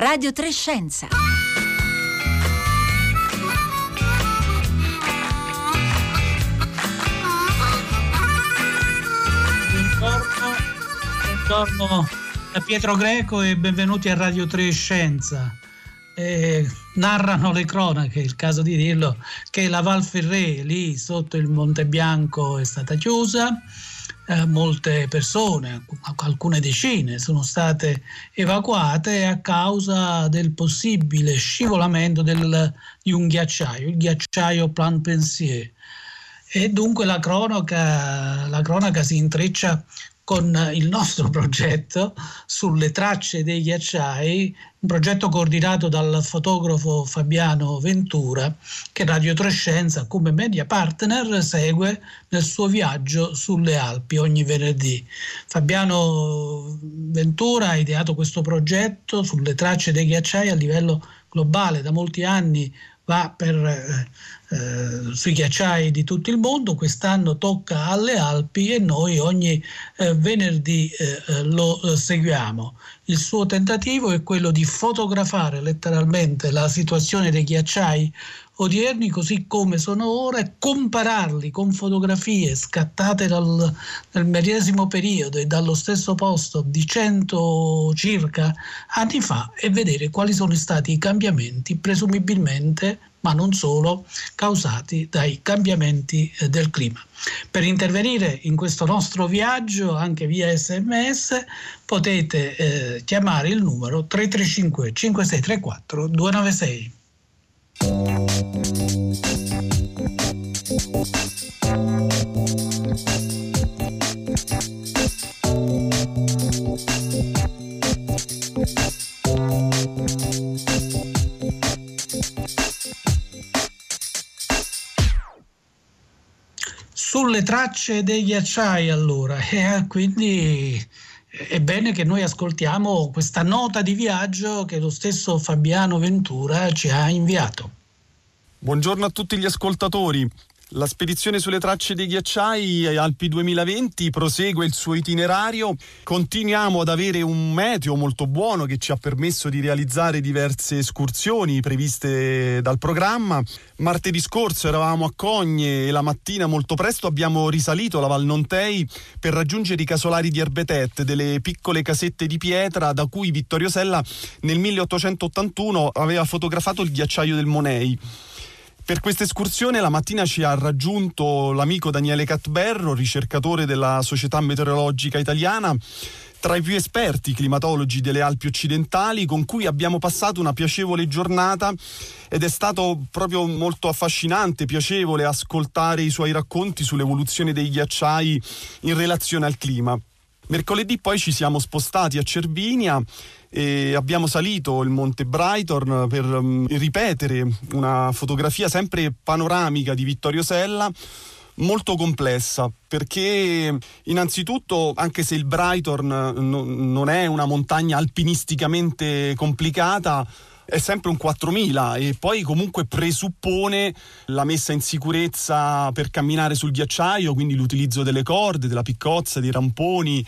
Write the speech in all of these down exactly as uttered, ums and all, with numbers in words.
Radio tre Scienza. Buongiorno, buongiorno da Pietro Greco e benvenuti a Radio tre Scienza. Eh, narrano le cronache, il caso di dirlo, che la Val Ferré lì sotto il Monte Bianco è stata chiusa. Eh, molte persone, alcune decine, sono state evacuate a causa del possibile scivolamento del, di un ghiacciaio, il ghiacciaio Plan Pensier. E dunque la cronaca, la cronaca si intreccia con il nostro progetto sulle tracce dei ghiacciai, un progetto coordinato dal fotografo Fabiano Ventura, che Radio tre Scienza come media partner segue nel suo viaggio sulle Alpi ogni venerdì. Fabiano Ventura ha ideato questo progetto sulle tracce dei ghiacciai a livello globale, da molti anni va per eh, eh, sui ghiacciai di tutto il mondo, quest'anno tocca alle Alpi e noi ogni eh, venerdì eh, lo eh, seguiamo. Il suo tentativo è quello di fotografare letteralmente la situazione dei ghiacciai odierni così come sono ora e compararli con fotografie scattate dal, nel medesimo periodo e dallo stesso posto di cento circa anni fa e vedere quali sono stati i cambiamenti, presumibilmente, ma non solo, causati dai cambiamenti eh, del clima. Per intervenire in questo nostro viaggio, anche via sms, potete eh, chiamare il numero tre tre cinque cinque sei tre quattro due nove sei. Sulle tracce dei ghiacciai, allora, e quindi è bene che noi ascoltiamo questa nota di viaggio che lo stesso Fabiano Ventura ci ha inviato. Buongiorno a tutti gli ascoltatori. La spedizione sulle tracce dei ghiacciai Alpi duemilaventi prosegue il suo itinerario. Continuiamo ad avere un meteo molto buono che ci ha permesso di realizzare diverse escursioni previste dal programma. Martedì scorso eravamo a Cogne e la mattina molto presto abbiamo risalito la Val Nontei per raggiungere i casolari di Erbetet, delle piccole casette di pietra da cui Vittorio Sella nel milleottocentottantuno aveva fotografato il ghiacciaio del Monei. Per questa escursione la mattina ci ha raggiunto l'amico Daniele Catberro, ricercatore della Società Meteorologica Italiana, tra i più esperti climatologi delle Alpi occidentali, con cui abbiamo passato una piacevole giornata ed è stato proprio molto affascinante, piacevole ascoltare i suoi racconti sull'evoluzione dei ghiacciai in relazione al clima. Mercoledì poi ci siamo spostati a Cervinia e abbiamo salito il Monte Brighton per um, ripetere una fotografia sempre panoramica di Vittorio Sella, molto complessa, perché innanzitutto, anche se il Brighton no, non è una montagna alpinisticamente complicata, è sempre un quattromila e poi comunque presuppone la messa in sicurezza per camminare sul ghiacciaio, quindi l'utilizzo delle corde, della piccozza, dei ramponi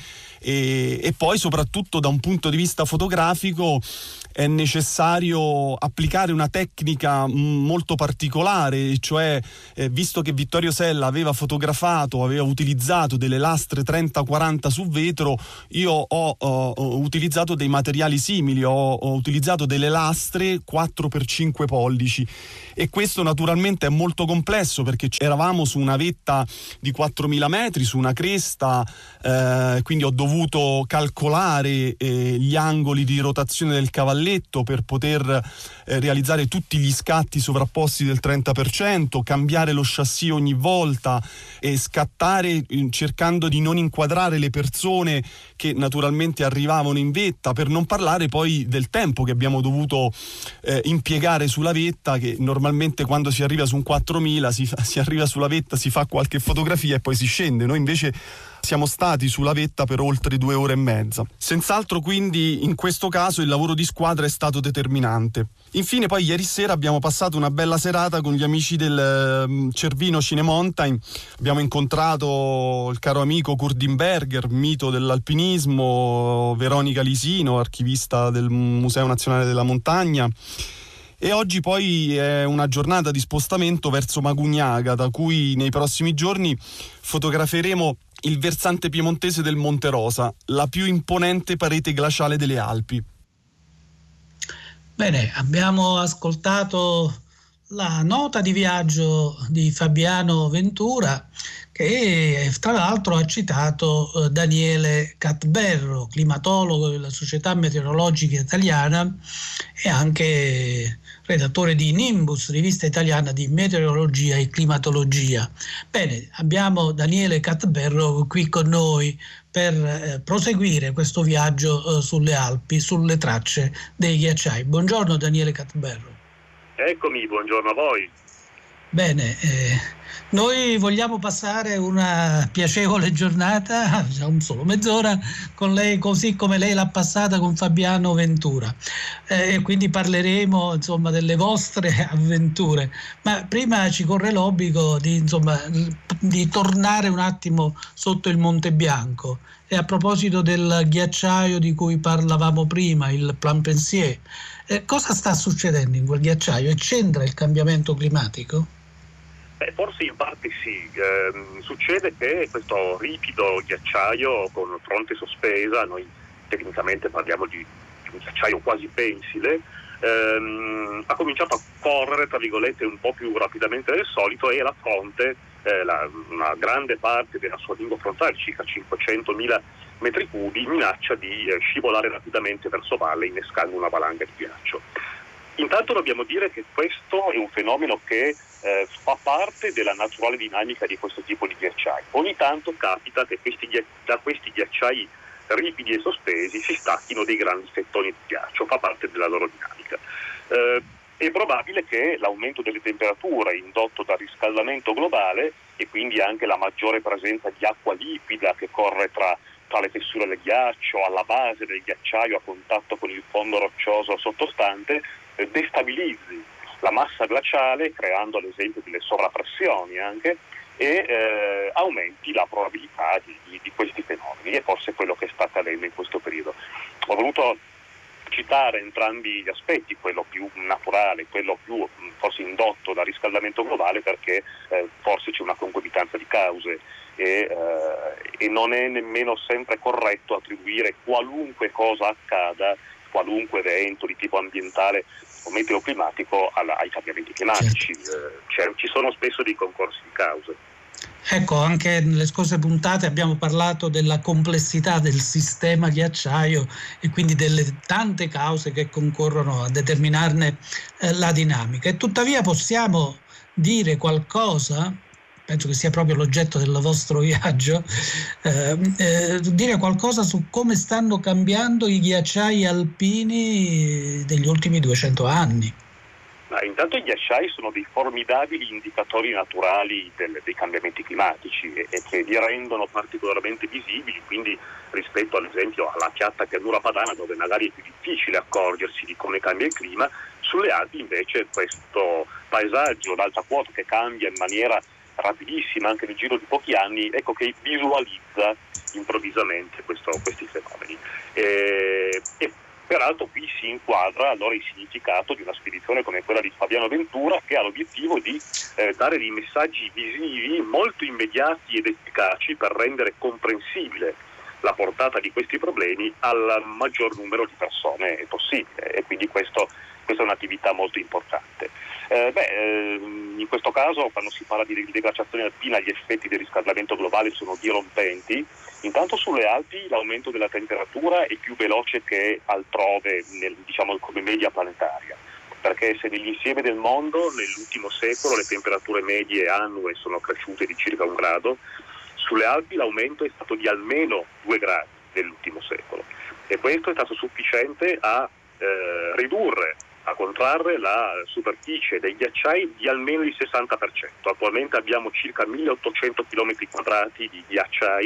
e, e poi soprattutto da un punto di vista fotografico è necessario applicare una tecnica molto particolare, cioè eh, visto che Vittorio Sella aveva fotografato, aveva utilizzato delle lastre trenta quaranta su vetro, io ho, ho, ho utilizzato dei materiali simili, ho, ho utilizzato delle lastre quattro per cinque pollici e questo naturalmente è molto complesso perché eravamo su una vetta di quattromila metri, su una cresta, eh, quindi ho dovuto calcolare eh, gli angoli di rotazione del cavalletto per poter eh, realizzare tutti gli scatti sovrapposti del trenta per cento, cambiare lo chassis ogni volta e scattare eh, cercando di non inquadrare le persone che naturalmente arrivavano in vetta, per non parlare poi del tempo che abbiamo dovuto eh, impiegare sulla vetta, che normalmente quando si arriva su un quattromila si, si arriva sulla vetta, si fa qualche fotografia e poi si scende. Noi invece siamo stati sulla vetta per oltre due ore e mezza. Senz'altro quindi in questo caso il lavoro di squadra è stato determinante. Infine poi ieri sera abbiamo passato una bella serata con gli amici del um, Cervino Cinemountain. Abbiamo incontrato il caro amico Kurdinberger, mito dell'alpinismo, Veronica Lisino, archivista del Museo Nazionale della Montagna. E oggi poi è una giornata di spostamento verso Magugnaga, da cui nei prossimi giorni fotograferemo il versante piemontese del Monte Rosa, la più imponente parete glaciale delle Alpi. Bene, abbiamo ascoltato la nota di viaggio di Fabiano Ventura, che tra l'altro ha citato eh, Daniele Catberro, climatologo della Società Meteorologica Italiana e anche redattore di Nimbus, rivista italiana di meteorologia e climatologia. Bene, abbiamo Daniele Catberro qui con noi per eh, proseguire questo viaggio eh, sulle Alpi, sulle tracce dei ghiacciai. Buongiorno Daniele Catberro. Eccomi, buongiorno a voi. Bene, eh, noi vogliamo passare una piacevole giornata, un solo mezz'ora, con lei, così come lei l'ha passata con Fabiano Ventura, e eh, quindi parleremo insomma delle vostre avventure. Ma prima ci corre l'obbligo di, insomma, di tornare un attimo sotto il Monte Bianco. E a proposito del ghiacciaio di cui parlavamo prima, il Plain-Pensier, eh, cosa sta succedendo in quel ghiacciaio? E c'entra il cambiamento climatico? Beh, forse in parte sì. Eh, succede che questo ripido ghiacciaio con fronte sospesa, noi tecnicamente parliamo di un ghiacciaio quasi pensile, ehm, ha cominciato a correre, tra virgolette, un po' più rapidamente del solito, e la fronte, eh, la, una grande parte della sua lingua frontale, circa cinquecentomila metri cubi, minaccia di eh, scivolare rapidamente verso valle, innescando una valanga di ghiaccio. Intanto dobbiamo dire che questo è un fenomeno che eh, fa parte della naturale dinamica di questo tipo di ghiacciai. Ogni tanto capita che questi, da questi ghiacciai ripidi e sospesi si stacchino dei grandi fettoni di ghiaccio, fa parte della loro dinamica. Eh, è probabile che l'aumento delle temperature indotto dal riscaldamento globale, e quindi anche la maggiore presenza di acqua liquida che corre tra tra le fessure del ghiaccio, alla base del ghiacciaio a contatto con il fondo roccioso sottostante, eh, destabilizzi la massa glaciale, creando ad esempio delle sovrappressioni anche, e eh, aumenti la probabilità di, di, di questi fenomeni. E forse è quello che sta accadendo in questo periodo. Ho voluto citare entrambi gli aspetti, quello più naturale, quello più forse indotto dal riscaldamento globale, perché eh, forse c'è una concomitanza di cause. E, eh, e non è nemmeno sempre corretto attribuire qualunque cosa accada, qualunque evento di tipo ambientale o meteoclimatico alla, ai cambiamenti climatici. Eh, cioè, ci sono spesso dei concorsi di cause. Ecco, anche nelle scorse puntate abbiamo parlato della complessità del sistema ghiacciaio e quindi delle tante cause che concorrono a determinarne eh, la dinamica. E tuttavia possiamo dire qualcosa, penso che sia proprio l'oggetto del vostro viaggio, eh, eh, dire qualcosa su come stanno cambiando i ghiacciai alpini degli ultimi duecento anni. Ma intanto i ghiacciai sono dei formidabili indicatori naturali del, dei cambiamenti climatici e, e che li rendono particolarmente visibili, quindi rispetto ad esempio alla piatta pianura padana, dove magari è più difficile accorgersi di come cambia il clima, sulle Alpi invece questo paesaggio ad alta quota che cambia in maniera rapidissima anche nel giro di pochi anni, ecco che visualizza improvvisamente questo, questi fenomeni. E, e peraltro qui si inquadra allora il significato di una spedizione come quella di Fabiano Ventura, che ha l'obiettivo di eh, dare dei messaggi visivi molto immediati ed efficaci per rendere comprensibile la portata di questi problemi al maggior numero di persone possibile, e quindi questo, questa è un'attività molto importante. Eh, beh, eh, in questo caso, quando si parla di deglaciazione alpina, gli effetti del riscaldamento globale sono dirompenti. Intanto sulle Alpi l'aumento della temperatura è più veloce che altrove, nel, diciamo come media planetaria, perché se nell'insieme del mondo nell'ultimo secolo le temperature medie annue sono cresciute di circa un grado, sulle Alpi l'aumento è stato di almeno due gradi nell'ultimo secolo, e questo è stato sufficiente a eh, ridurre a contrarre la superficie dei ghiacciai di almeno il sessanta per cento. Attualmente abbiamo circa milleottocento chilometri quadrati di ghiacciai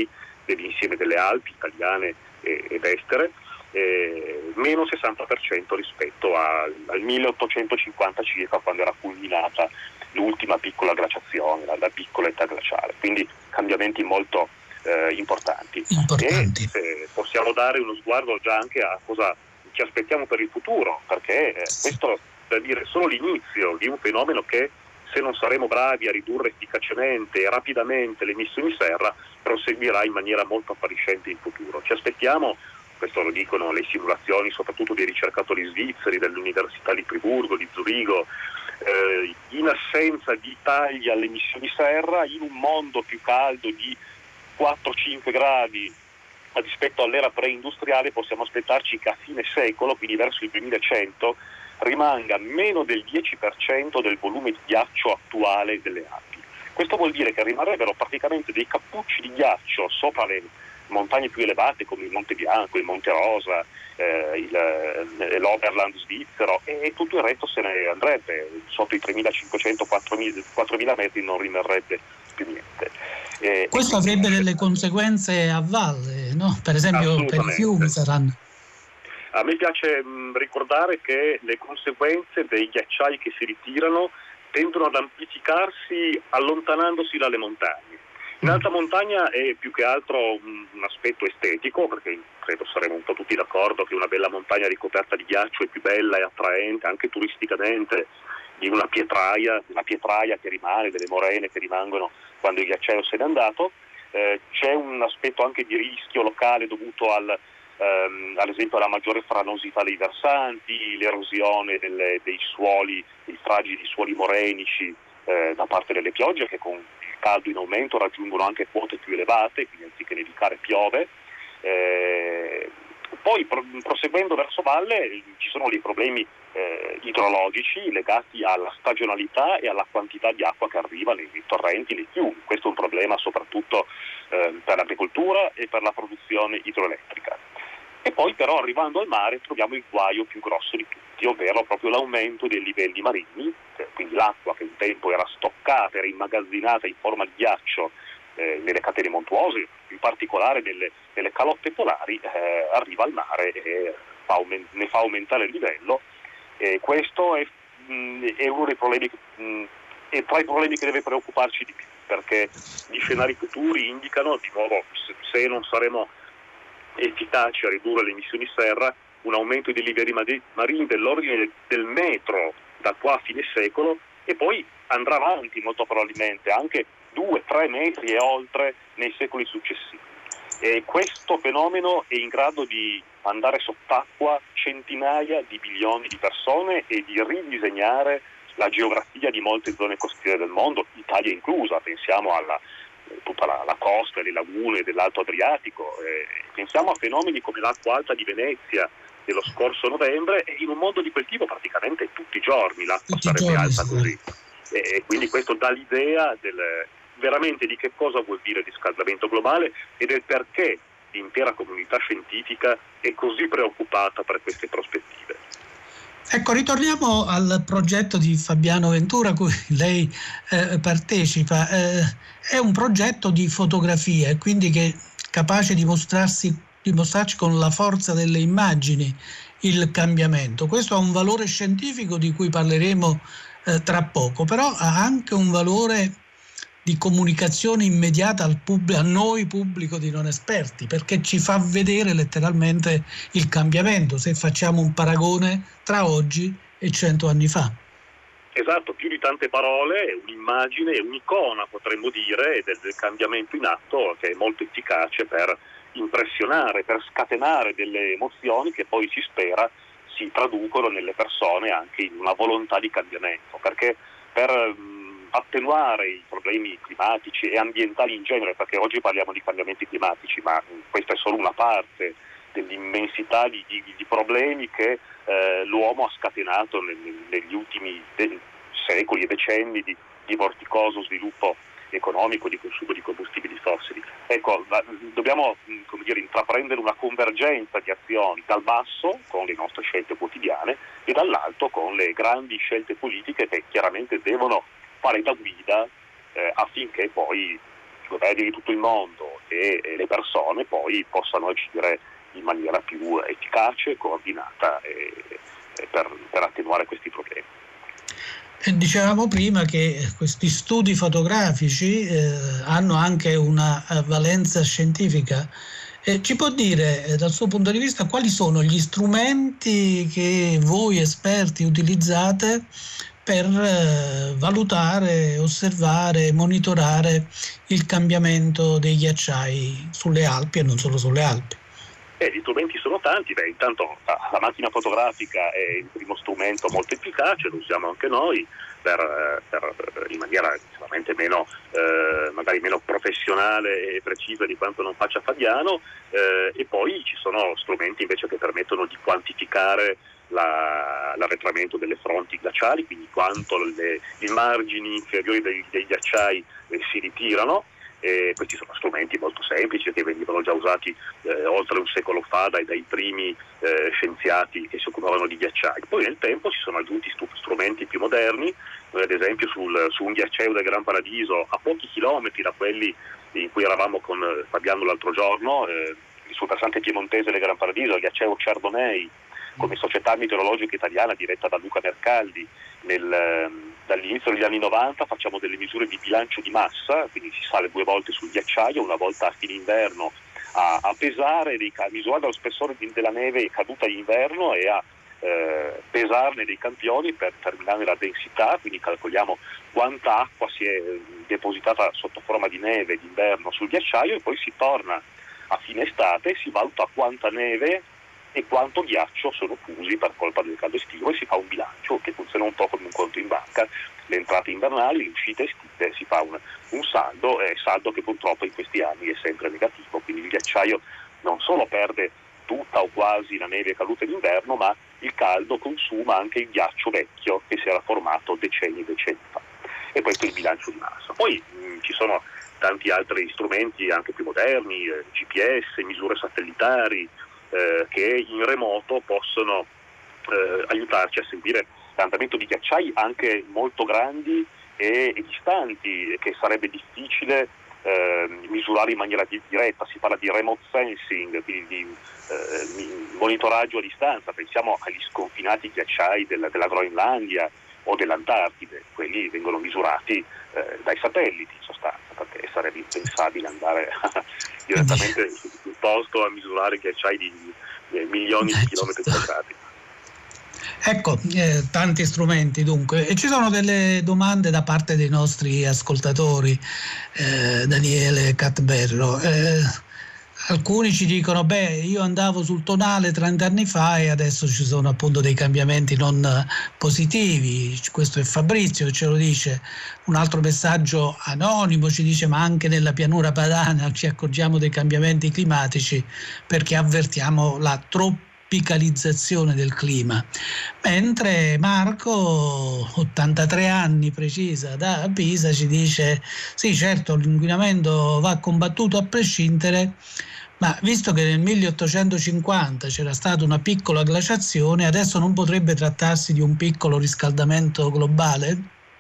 dell'insieme delle Alpi italiane ed estere, eh, meno sessanta per cento rispetto al, al milleottocentocinquanta circa, quando era culminata l'ultima piccola glaciazione, la, la piccola età glaciale. Quindi cambiamenti molto eh, importanti. importanti. E eh, possiamo dare uno sguardo già anche a cosa ci aspettiamo per il futuro, perché eh, questo per dire solo l'inizio di un fenomeno che, se non saremo bravi a ridurre efficacemente e rapidamente le emissioni serra, proseguirà in maniera molto appariscente in futuro. Ci aspettiamo, questo lo dicono le simulazioni soprattutto dei ricercatori svizzeri dell'Università di Friburgo, di Zurigo, eh, in assenza di tagli alle emissioni serra, in un mondo più caldo di quattro cinque gradi rispetto all'era preindustriale, possiamo aspettarci che a fine secolo, quindi verso il duemilacento, rimanga meno del dieci per cento del volume di ghiaccio attuale delle Alpi. Questo vuol dire che rimarrebbero praticamente dei cappucci di ghiaccio sopra le montagne più elevate come il Monte Bianco, il Monte Rosa, eh, il, eh, l'Oberland svizzero, e tutto il resto se ne andrebbe. Sotto i tremilacinquecento quattromila metri non rimarrebbe più niente. Eh, Questo avrebbe delle conseguenze a valle, no? Per esempio per i fiumi saranno. A me piace mh, ricordare che le conseguenze dei ghiacciai che si ritirano tendono ad amplificarsi allontanandosi dalle montagne. In alta montagna è più che altro un, un aspetto estetico, perché credo saremo un po' tutti d'accordo che una bella montagna ricoperta di ghiaccio è più bella e attraente anche turisticamente di una pietraia, una pietraia che rimane, delle morene che rimangono quando il ghiacciaio se n'è andato. Eh, c'è un aspetto anche di rischio locale dovuto al ehm, ad esempio alla maggiore franosità dei versanti, l'erosione delle, dei suoli, i fragili suoli morenici eh, da parte delle piogge, che con il caldo in aumento raggiungono anche quote più elevate, quindi anziché nevicare piove. Eh, poi pro- proseguendo verso valle ci sono dei problemi eh, idrologici legati alla stagionalità e alla quantità di acqua che arriva nei, nei torrenti, nei fiumi. Questo è un problema soprattutto eh, per l'agricoltura e per la produzione idroelettrica. E poi però arrivando al mare troviamo il guaio più grosso di tutti, ovvero proprio l'aumento dei livelli marini, quindi l'acqua che un tempo era stoccata, era immagazzinata in forma di ghiaccio eh, nelle catene montuose, in particolare nelle, nelle calotte polari, eh, arriva al mare e fa aument- ne fa aumentare il livello. E questo è, mh, è uno dei problemi, che, mh, è tra i problemi che deve preoccuparci di più, perché gli scenari futuri indicano, di nuovo, se, se non saremo efficaci a ridurre le emissioni serra, un aumento dei livelli marini dell'ordine del, del metro da qua a fine secolo, e poi andrà avanti molto probabilmente anche due tre metri e oltre nei secoli successivi. E questo fenomeno è in grado di mandare sott'acqua centinaia di milioni di persone e di ridisegnare la geografia di molte zone costiere del mondo, Italia inclusa. Pensiamo alla tutta la, la costa e le lagune dell'Alto Adriatico, eh, pensiamo a fenomeni come l'acqua alta di Venezia dello scorso novembre, e in un mondo di quel tipo praticamente tutti i giorni l'acqua tutti sarebbe giorni, alta sì. così, e quindi questo dà l'idea del, veramente di che cosa vuol dire riscaldamento globale e del perché l'intera comunità scientifica è così preoccupata per queste prospettive. Ecco, ritorniamo al progetto di Fabiano Ventura a cui lei eh, partecipa. Eh, è un progetto di fotografia, quindi che è capace di mostrarsi, di mostrarci con la forza delle immagini il cambiamento. Questo ha un valore scientifico di cui parleremo eh, tra poco, però ha anche un valore di comunicazione immediata al pub- a noi pubblico di non esperti, perché ci fa vedere letteralmente il cambiamento, se facciamo un paragone tra oggi e cento anni fa. Esatto, più di tante parole, è un'immagine, è un'icona, potremmo dire, del, del cambiamento in atto, che è molto efficace per impressionare, per scatenare delle emozioni che poi si spera si traducono nelle persone anche in una volontà di cambiamento, perché per mh, attenuare i problemi climatici e ambientali in genere, perché oggi parliamo di cambiamenti climatici, ma mh, questa è solo una parte dell'immensità di, di, di problemi che eh, l'uomo ha scatenato nel, negli ultimi de- secoli e decenni di, di vorticoso sviluppo economico, di consumo di combustibili fossili. Ecco, la, dobbiamo come dire, intraprendere una convergenza di azioni dal basso con le nostre scelte quotidiane e dall'alto con le grandi scelte politiche che chiaramente devono fare da guida eh, affinché poi governi di tutto il mondo e, e le persone poi possano agire in maniera più efficace, coordinata e, e per, per attenuare questi problemi. E dicevamo prima che questi studi fotografici eh, hanno anche una valenza scientifica. Eh, ci può dire eh, dal suo punto di vista quali sono gli strumenti che voi esperti utilizzate per eh, valutare, osservare, monitorare il cambiamento dei ghiacciai sulle Alpi e non solo sulle Alpi? Eh, gli strumenti sono tanti. Beh, intanto la macchina fotografica è il primo strumento molto efficace, lo usiamo anche noi per, per in maniera sicuramente meno eh, magari meno professionale e precisa di quanto non faccia Fabiano, eh, e poi ci sono strumenti invece che permettono di quantificare la, l'arretramento delle fronti glaciali, quindi quanto le, i margini inferiori dei, dei ghiacciai eh, si ritirano. E questi sono strumenti molto semplici che venivano già usati eh, oltre un secolo fa dai, dai primi eh, scienziati che si occupavano di ghiacciai. Poi nel tempo si sono aggiunti stu- strumenti più moderni, eh, ad esempio sul, su un ghiacciaio del Gran Paradiso a pochi chilometri da quelli in cui eravamo con eh, Fabiano l'altro giorno, eh, sul versante piemontese del Gran Paradiso, il ghiacciaio Chardonnay, come società meteorologica italiana diretta da Luca Mercaldi. Nel, ehm, dall'inizio degli anni novanta facciamo delle misure di bilancio di massa, quindi si sale due volte sul ghiacciaio, una volta a fine inverno a, a pesare, dei, a misurare lo spessore di, della neve caduta in inverno e a eh, pesarne dei campioni per determinare la densità, quindi calcoliamo quanta acqua si è depositata sotto forma di neve d'inverno sul ghiacciaio e poi si torna a fine estate, si valuta quanta neve e quanto ghiaccio sono fusi per colpa del caldo estivo e si fa un bilancio che funziona un po' come un conto in banca, le entrate invernali, le uscite estive, si fa un, un saldo, eh, saldo che purtroppo in questi anni è sempre negativo, quindi il ghiacciaio non solo perde tutta o quasi la neve caduta d'inverno, ma il caldo consuma anche il ghiaccio vecchio che si era formato decenni e decenni fa. E questo è il bilancio di massa. Poi mh, ci sono tanti altri strumenti anche più moderni, eh, G P S, misure satellitari, Eh, che in remoto possono eh, aiutarci a seguire l'andamento di ghiacciai anche molto grandi e, e distanti, che sarebbe difficile eh, misurare in maniera di, diretta. Si parla di remote sensing, quindi di eh, monitoraggio a distanza. Pensiamo agli sconfinati ghiacciai della, della Groenlandia o dell'Antartide, quelli vengono misurati eh, dai satelliti in sostanza, perché sarebbe impensabile andare direttamente sul posto a misurare ghiacciai di eh, milioni di chilometri quadrati. Ecco, eh, tanti strumenti dunque. E ci sono delle domande da parte dei nostri ascoltatori, eh, Daniele Catberro. Eh, alcuni ci dicono, beh, io andavo sul tonale trenta anni fa e adesso ci sono appunto dei cambiamenti non positivi. Questo è Fabrizio che ce lo dice. Un altro messaggio anonimo ci dice, ma anche nella pianura padana ci accorgiamo dei cambiamenti climatici perché avvertiamo la tropicalizzazione del clima. Mentre Marco, ottantatré anni precisa, da Pisa, ci dice, sì certo l'inquinamento va combattuto a prescindere, ma visto che nel milleottocentocinquanta c'era stata una piccola glaciazione, adesso non potrebbe trattarsi di un piccolo riscaldamento globale?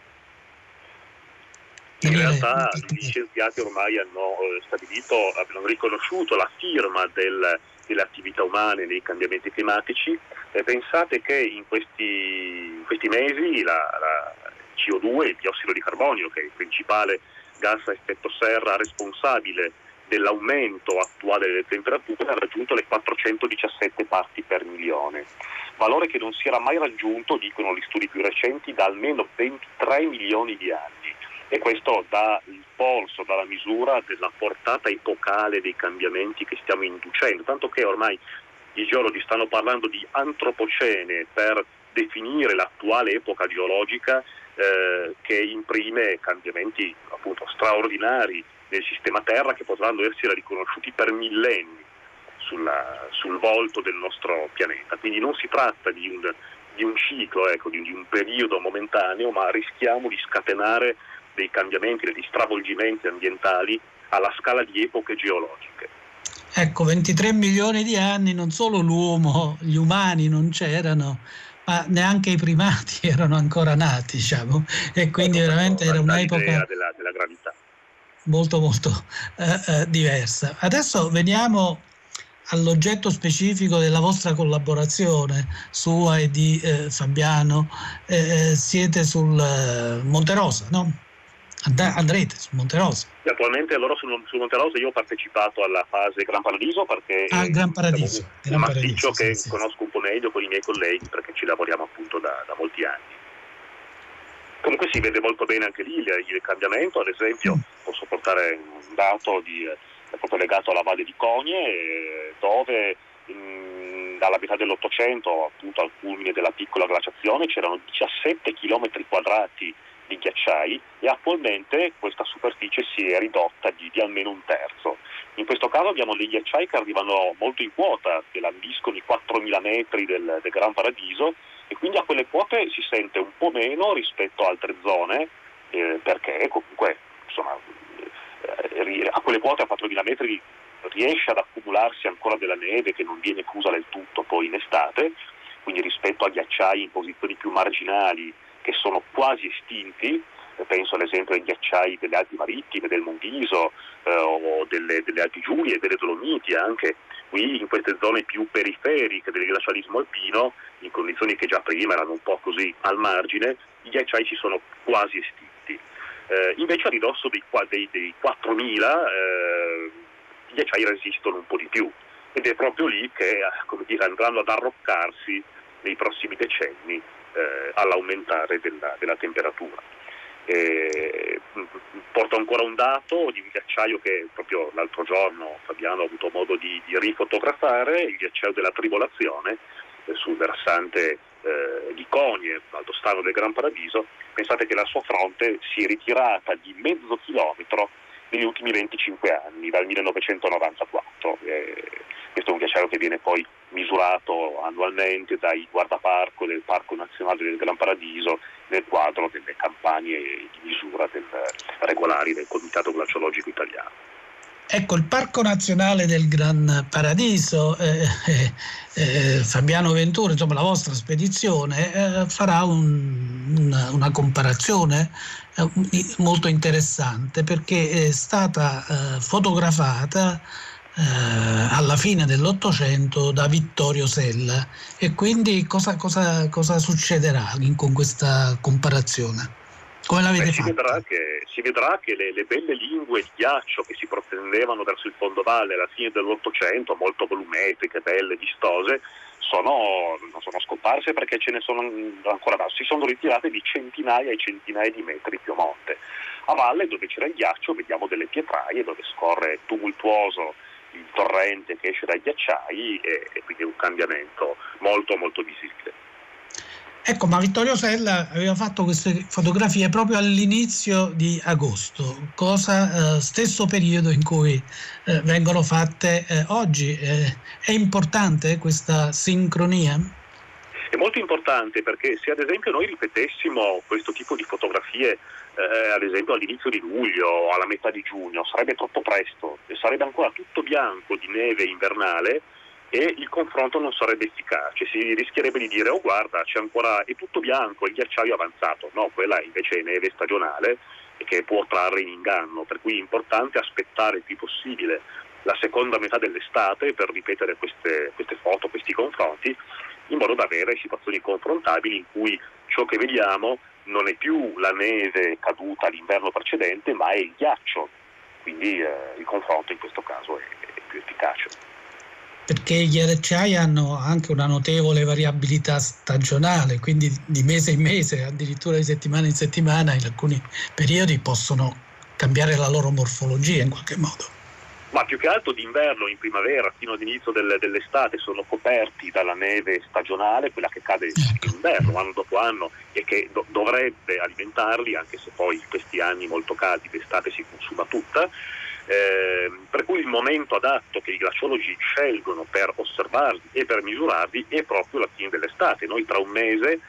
In realtà gli scienziati ormai hanno stabilito, hanno riconosciuto la firma del, delle attività umane nei cambiamenti climatici. E pensate che in questi, in questi mesi la, la C O due, il diossido di carbonio, che è il principale gas a effetto serra responsabile dell'aumento attuale delle temperature, ha raggiunto le quattrocentodiciassette parti per milione, valore che non si era mai raggiunto, dicono gli studi più recenti, da almeno ventitré milioni di anni. E questo dà il polso, dà la misura della portata epocale dei cambiamenti che stiamo inducendo, tanto che ormai i geologi stanno parlando di antropocene per definire l'attuale epoca geologica, eh, che imprime cambiamenti appunto straordinari nel sistema Terra che potranno essere riconosciuti per millenni sulla, sul volto del nostro pianeta. Quindi non si tratta di un, di un ciclo, ecco, di, di un periodo momentaneo, ma rischiamo di scatenare dei cambiamenti, degli stravolgimenti ambientali alla scala di epoche geologiche. Ecco, ventitré milioni di anni, non solo l'uomo, gli umani non c'erano, ma neanche i primati erano ancora nati, diciamo, e quindi ecco, veramente era un'epoca della, della gravità. molto molto eh, eh, diversa. Adesso veniamo all'oggetto specifico della vostra collaborazione, sua e di eh, Fabiano. Eh, siete sul eh, Monte Rosa, no? And- andrete su Monte Rosa. E attualmente loro su, su Monte Rosa io ho partecipato alla fase Gran Paradiso perché ah, è Gran Paradiso, un, Gran un Paradiso, massiccio che sì, sì. conosco un po' meglio con i miei colleghi perché ci lavoriamo appunto da, da molti anni. Comunque si vede molto bene anche lì il, il cambiamento, ad esempio mm. posso portare un dato di, è proprio legato alla Valle di Cogne, dove in, dalla metà dell'Ottocento appunto al culmine della piccola glaciazione c'erano diciassette chilometri quadrati di ghiacciai e attualmente questa superficie si è ridotta di, di almeno un terzo. In questo caso abbiamo dei ghiacciai che arrivano molto in quota, che lambiscono i quattromila metri del, del Gran Paradiso, e quindi a quelle quote si sente un po' meno rispetto a altre zone, eh, perché comunque insomma eh, a quelle quote a quattromila metri riesce ad accumularsi ancora della neve che non viene fusa del tutto poi in estate, quindi rispetto a ghiacciai in posizioni più marginali che sono quasi estinti, penso ad esempio ai ghiacciai delle Alpi Marittime, del Monviso eh, o delle, delle Alpi Giulie, delle Dolomiti, anche qui in queste zone più periferiche del glacialismo alpino, in condizioni che già prima erano un po' così al margine, i ghiacciai si sono quasi estinti. Eh, invece a ridosso dei, dei, dei quattromila eh, i ghiacciai resistono un po' di più ed è proprio lì che come dire, andranno ad arroccarsi nei prossimi decenni eh, all'aumentare della, della temperatura. Eh, porto ancora un dato di un ghiacciaio che proprio l'altro giorno Fabiano ha avuto modo di, di rifotografare, il ghiacciaio della Tribolazione eh, sul versante eh, di Cogne, valdostano del Gran Paradiso. Pensate che la sua fronte si è ritirata di mezzo chilometro negli ultimi venticinque anni, dal millenovecentonovantaquattro. Eh, questo è un ghiacciaio che viene poi misurato annualmente dai guardaparco del Parco Nazionale del Gran Paradiso nel quadro delle campagne di misura del, regolari del Comitato Glaciologico Italiano. Ecco, il Parco Nazionale del Gran Paradiso, eh, eh, eh, Fabiano Ventura, insomma la vostra spedizione, eh, farà un, una, una comparazione eh, molto interessante perché è stata eh, fotografata eh, alla fine dell'Ottocento da Vittorio Sella e quindi cosa, cosa, cosa succederà in, con questa comparazione? Come l'avete Beh, fatta? Si vedrà che, si vedrà che le, le belle lingue di ghiaccio che si protendevano verso il fondovalle alla fine dell'Ottocento, molto volumetriche, belle, vistose, sono, non sono scomparse perché ce ne sono ancora da, si sono ritirate di centinaia e centinaia di metri più a monte. A valle, dove c'era il ghiaccio, vediamo delle pietraie dove scorre tumultuoso il torrente che esce dai ghiacciai e, e quindi è un cambiamento molto molto visibile. Ecco, ma Vittorio Sella aveva fatto queste fotografie proprio all'inizio di agosto, cosa eh, stesso periodo in cui eh, vengono fatte eh, oggi. Eh, è importante questa sincronia? È molto importante perché se ad esempio noi ripetessimo questo tipo di fotografie eh, ad esempio all'inizio di luglio o alla metà di giugno sarebbe troppo presto e sarebbe ancora tutto bianco di neve invernale e il confronto non sarebbe efficace, si rischierebbe di dire oh guarda c'è ancora, è tutto bianco, il ghiacciaio è avanzato, no, quella invece è neve stagionale e che può trarre in inganno, per cui è importante aspettare il più possibile la seconda metà dell'estate per ripetere queste, queste foto, questi confronti, in modo da avere situazioni confrontabili in cui ciò che vediamo non è più la neve caduta l'inverno precedente ma è il ghiaccio, quindi eh, il confronto in questo caso è, è più efficace. Perché i ghiacciai hanno anche una notevole variabilità stagionale, quindi di mese in mese, addirittura di settimana in settimana, in alcuni periodi possono cambiare la loro morfologia in qualche modo. Ma più che altro d'inverno, in primavera, fino all'inizio del, dell'estate sono coperti dalla neve stagionale, quella che cade ecco. in inverno, anno dopo anno, e che do, dovrebbe alimentarli, anche se poi in questi anni molto caldi l'estate si consuma tutta. Eh, per cui il momento adatto che i glaciologi scelgono per osservarli e per misurarli è proprio la fine dell'estate. Noi tra un mese,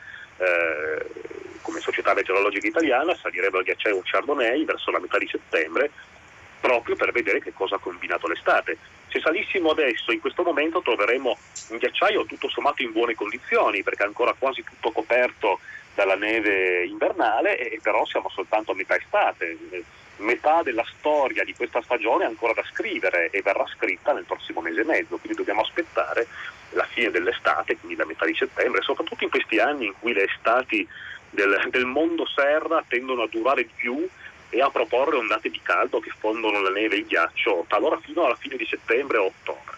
eh, come Società Meteorologica Italiana, saliremo al ghiacciaio Chardonnay verso la metà di settembre, proprio per vedere che cosa ha combinato l'estate. Se salissimo adesso, in questo momento, troveremo un ghiacciaio tutto sommato in buone condizioni, perché è ancora quasi tutto coperto dalla neve invernale, e però siamo soltanto a metà estate. metà della storia di questa stagione è ancora da scrivere e verrà scritta nel prossimo mese e mezzo, quindi dobbiamo aspettare la fine dell'estate, quindi la metà di settembre, soprattutto in questi anni in cui le estati del, del mondo serra tendono a durare di più e a proporre ondate di caldo che fondono la neve e il ghiaccio talora fino alla fine di settembre o ottobre.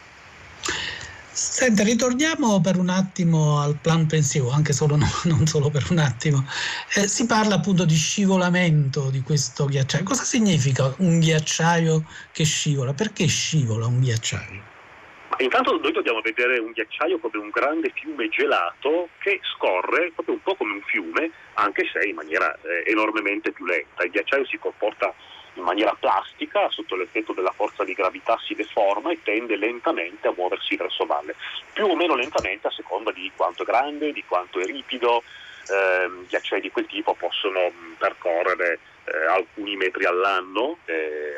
Senta, ritorniamo per un attimo al plan pensiero, anche solo no, non solo per un attimo. Eh, si parla appunto di scivolamento di questo ghiacciaio. Cosa significa un ghiacciaio che scivola? Perché scivola un ghiacciaio? Ma intanto noi dobbiamo vedere un ghiacciaio come un grande fiume gelato che scorre proprio un po' come un fiume, anche se in maniera eh, enormemente più lenta. Il ghiacciaio si comporta in maniera plastica, sotto l'effetto della forza di gravità si deforma e tende lentamente a muoversi verso valle, più o meno lentamente a seconda di quanto è grande, di quanto è ripido. Eh, ghiacciai di quel tipo possono mh, percorrere eh, alcuni metri all'anno eh,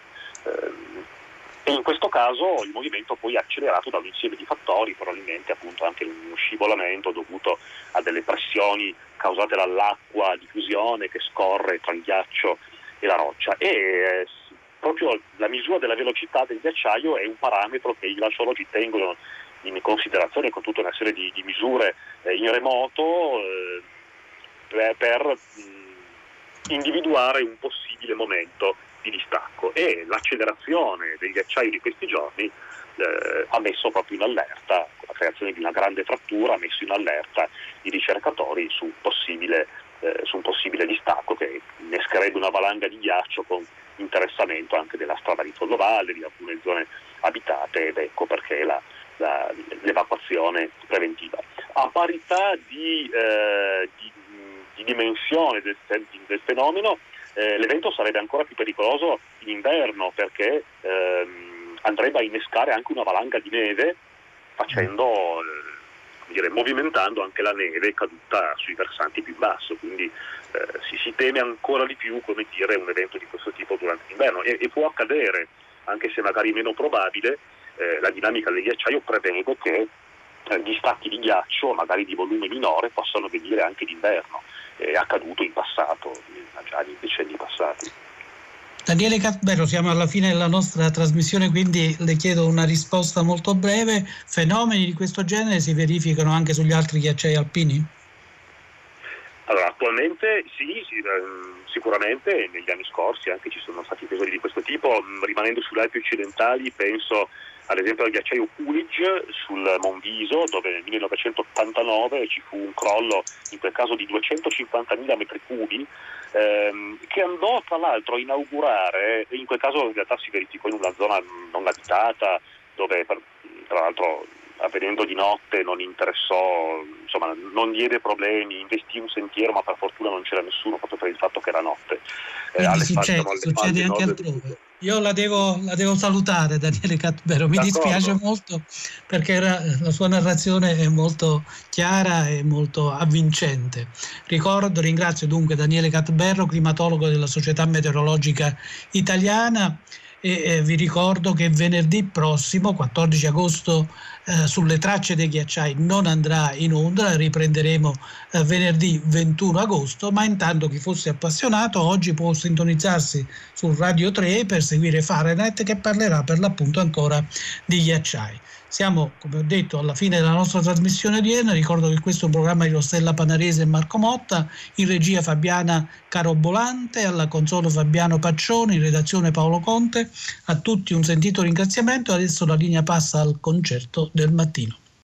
eh, e in questo caso il movimento poi è accelerato da un insieme di fattori, probabilmente appunto anche uno scivolamento dovuto a delle pressioni causate dall'acqua di fusione che scorre tra il ghiaccio e la roccia, e eh, proprio la misura della velocità del ghiacciaio è un parametro che i glaciologi tengono in considerazione con tutta una serie di, di misure eh, in remoto eh, per mh, individuare un possibile momento di distacco, e l'accelerazione del ghiacciaio di questi giorni eh, ha messo proprio in allerta, con la creazione di una grande frattura, ha messo in allerta i ricercatori su possibile Eh, su un possibile distacco che innescherebbe una valanga di ghiaccio con interessamento anche della strada di fondovalle, di alcune zone abitate, ed ecco perché la, la, l'evacuazione preventiva. A parità di, eh, di, di dimensione del, del fenomeno, eh, l'evento sarebbe ancora più pericoloso in inverno, perché ehm, andrebbe a innescare anche una valanga di neve, facendo eh, dire, movimentando anche la neve caduta sui versanti più basso, quindi eh, si, si teme ancora di più, come dire, un evento di questo tipo durante l'inverno, e, e può accadere, anche se magari meno probabile. Eh, la dinamica del ghiacciaio prevede che eh, gli stacchi di ghiaccio, magari di volume minore, possano venire anche d'inverno. È accaduto in passato, già nei decenni passati. Daniele Catberro, siamo alla fine della nostra trasmissione, quindi le chiedo una risposta molto breve. Fenomeni di questo genere si verificano anche sugli altri ghiacciai alpini? Allora, attualmente sì, sì, sicuramente negli anni scorsi anche ci sono stati episodi di questo tipo. Rimanendo sulle Alpi occidentali, penso ad esempio al ghiacciaio Coolidge sul Monviso, dove nel millenovecentottantanove ci fu un crollo, in quel caso di duecentocinquantamila metri cubi, ehm, che andò tra l'altro a inaugurare, in quel caso in realtà si verificò in una zona non abitata, dove per, tra l'altro avvenendo di notte non interessò, insomma non diede problemi, investì un sentiero, ma per fortuna non c'era nessuno proprio per il fatto che era notte. Quindi eh, succede, succede anche altrove. Io la devo, la devo salutare, Daniele Catberro, mi D'accordo. dispiace molto perché era, la sua narrazione è molto chiara e molto avvincente. Ricordo, ringrazio dunque Daniele Catberro, climatologo della Società Meteorologica Italiana, e eh, vi ricordo che venerdì prossimo, quattordici agosto, eh, sulle tracce dei ghiacciai non andrà in onda, riprenderemo eh, venerdì ventuno agosto, ma intanto chi fosse appassionato oggi può sintonizzarsi su Radio tre per seguire Fahrenheit, che parlerà per l'appunto ancora di ghiacciai. Siamo, come ho detto, alla fine della nostra trasmissione odierna. Ricordo che questo è un programma di Rossella Panarese e Marco Motta, in regia Fabiana Carobolante, alla console Fabiano Paccioni, in redazione Paolo Conte. A tutti un sentito ringraziamento. Adesso la linea passa al concerto del mattino.